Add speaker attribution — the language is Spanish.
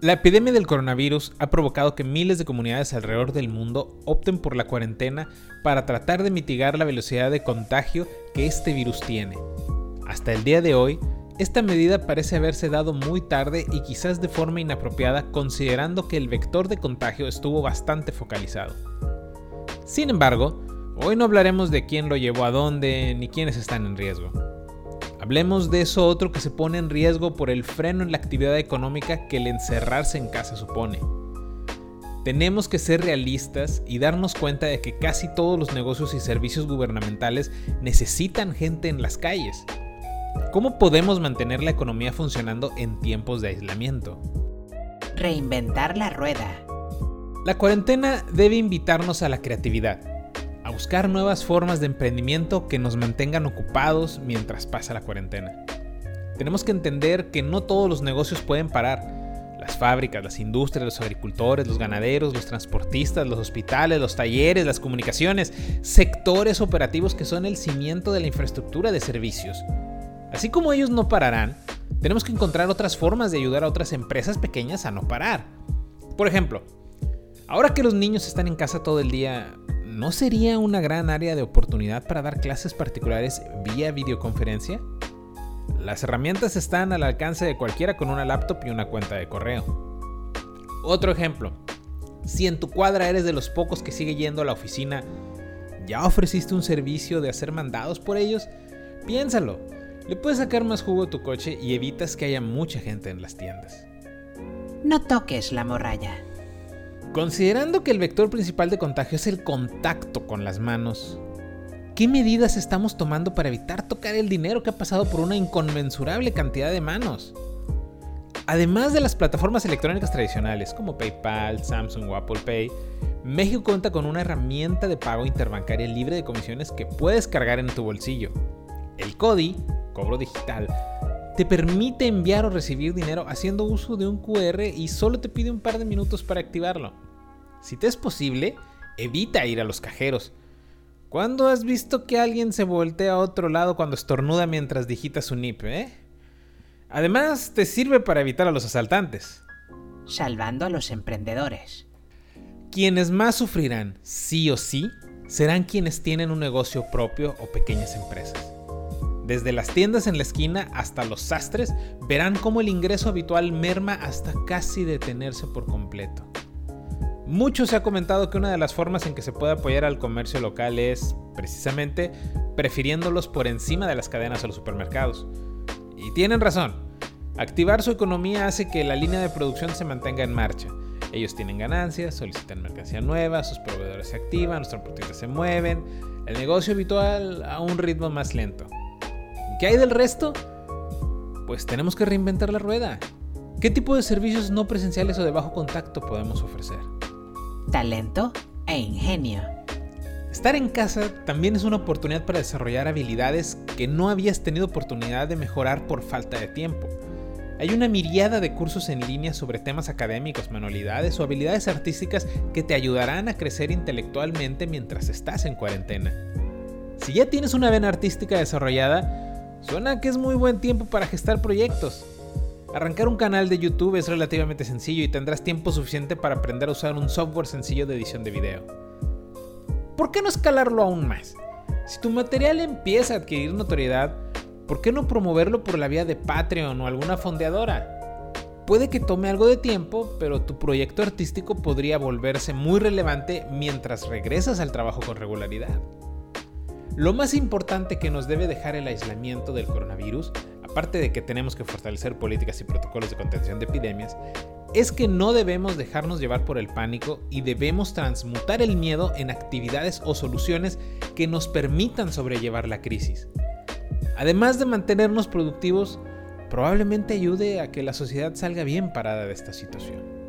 Speaker 1: La epidemia del coronavirus ha provocado que miles de comunidades alrededor del mundo opten por la cuarentena para tratar de mitigar la velocidad de contagio que este virus tiene. Hasta el día de hoy, esta medida parece haberse dado muy tarde y quizás de forma inapropiada, considerando que el vector de contagio estuvo bastante focalizado. Sin embargo, hoy no hablaremos de quién lo llevó a dónde ni quiénes están en riesgo. Hablemos de eso otro que se pone en riesgo por el freno en la actividad económica que el encerrarse en casa supone. Tenemos que ser realistas y darnos cuenta de que casi todos los negocios y servicios gubernamentales necesitan gente en las calles. ¿Cómo podemos mantener la economía funcionando en tiempos de aislamiento?
Speaker 2: Reinventar la rueda.
Speaker 1: La cuarentena debe invitarnos a la creatividad, a buscar nuevas formas de emprendimiento que nos mantengan ocupados mientras pasa la cuarentena. Tenemos que entender que no todos los negocios pueden parar. Las fábricas, las industrias, los agricultores, los ganaderos, los transportistas, los hospitales, los talleres, las comunicaciones, sectores operativos que son el cimiento de la infraestructura de servicios. Así como ellos no pararán, tenemos que encontrar otras formas de ayudar a otras empresas pequeñas a no parar. Por ejemplo, ahora que los niños están en casa todo el día, ¿no sería una gran área de oportunidad para dar clases particulares vía videoconferencia? Las herramientas están al alcance de cualquiera con una laptop y una cuenta de correo. Otro ejemplo, si en tu cuadra eres de los pocos que sigue yendo a la oficina, ¿ya ofreciste un servicio de hacer mandados por ellos? Piénsalo, le puedes sacar más jugo a tu coche y evitas que haya mucha gente en las tiendas.
Speaker 2: No toques la morralla.
Speaker 1: Considerando que el vector principal de contagio es el contacto con las manos, ¿qué medidas estamos tomando para evitar tocar el dinero que ha pasado por una inconmensurable cantidad de manos? Además de las plataformas electrónicas tradicionales como PayPal, Samsung o Apple Pay, México cuenta con una herramienta de pago interbancaria libre de comisiones que puedes cargar en tu bolsillo. El CODI, cobro digital, te permite enviar o recibir dinero haciendo uso de un QR y solo te pide un par de minutos para activarlo. Si te es posible, evita ir a los cajeros. ¿Cuándo has visto que alguien se voltea a otro lado cuando estornuda mientras digita su NIP, Además, te sirve para evitar a los asaltantes.
Speaker 2: Salvando a los emprendedores.
Speaker 1: Quienes más sufrirán, sí o sí, serán quienes tienen un negocio propio o pequeñas empresas. Desde las tiendas en la esquina hasta los sastres, verán cómo el ingreso habitual merma hasta casi detenerse por completo. Mucho se ha comentado que una de las formas en que se puede apoyar al comercio local es, precisamente, prefiriéndolos por encima de las cadenas de los supermercados. Y tienen razón. Activar su economía hace que la línea de producción se mantenga en marcha. Ellos tienen ganancias, solicitan mercancía nueva, sus proveedores se activan, los transportistas se mueven, el negocio habitual a un ritmo más lento. ¿Qué hay del resto? Pues tenemos que reinventar la rueda. ¿Qué tipo de servicios no presenciales o de bajo contacto podemos ofrecer?
Speaker 2: Talento e ingenio.
Speaker 1: Estar en casa también es una oportunidad para desarrollar habilidades que no habías tenido oportunidad de mejorar por falta de tiempo. Hay una miríada de cursos en línea sobre temas académicos, manualidades o habilidades artísticas que te ayudarán a crecer intelectualmente mientras estás en cuarentena. Si ya tienes una vena artística desarrollada, suena que es muy buen tiempo para gestar proyectos. Arrancar un canal de YouTube es relativamente sencillo y tendrás tiempo suficiente para aprender a usar un software sencillo de edición de video. ¿Por qué no escalarlo aún más? Si tu material empieza a adquirir notoriedad, ¿por qué no promoverlo por la vía de Patreon o alguna fondeadora? Puede que tome algo de tiempo, pero tu proyecto artístico podría volverse muy relevante mientras regresas al trabajo con regularidad. Lo más importante que nos debe dejar el aislamiento del coronavirus, aparte de que tenemos que fortalecer políticas y protocolos de contención de epidemias, es que no debemos dejarnos llevar por el pánico y debemos transmutar el miedo en actividades o soluciones que nos permitan sobrellevar la crisis. Además de mantenernos productivos, probablemente ayude a que la sociedad salga bien parada de esta situación.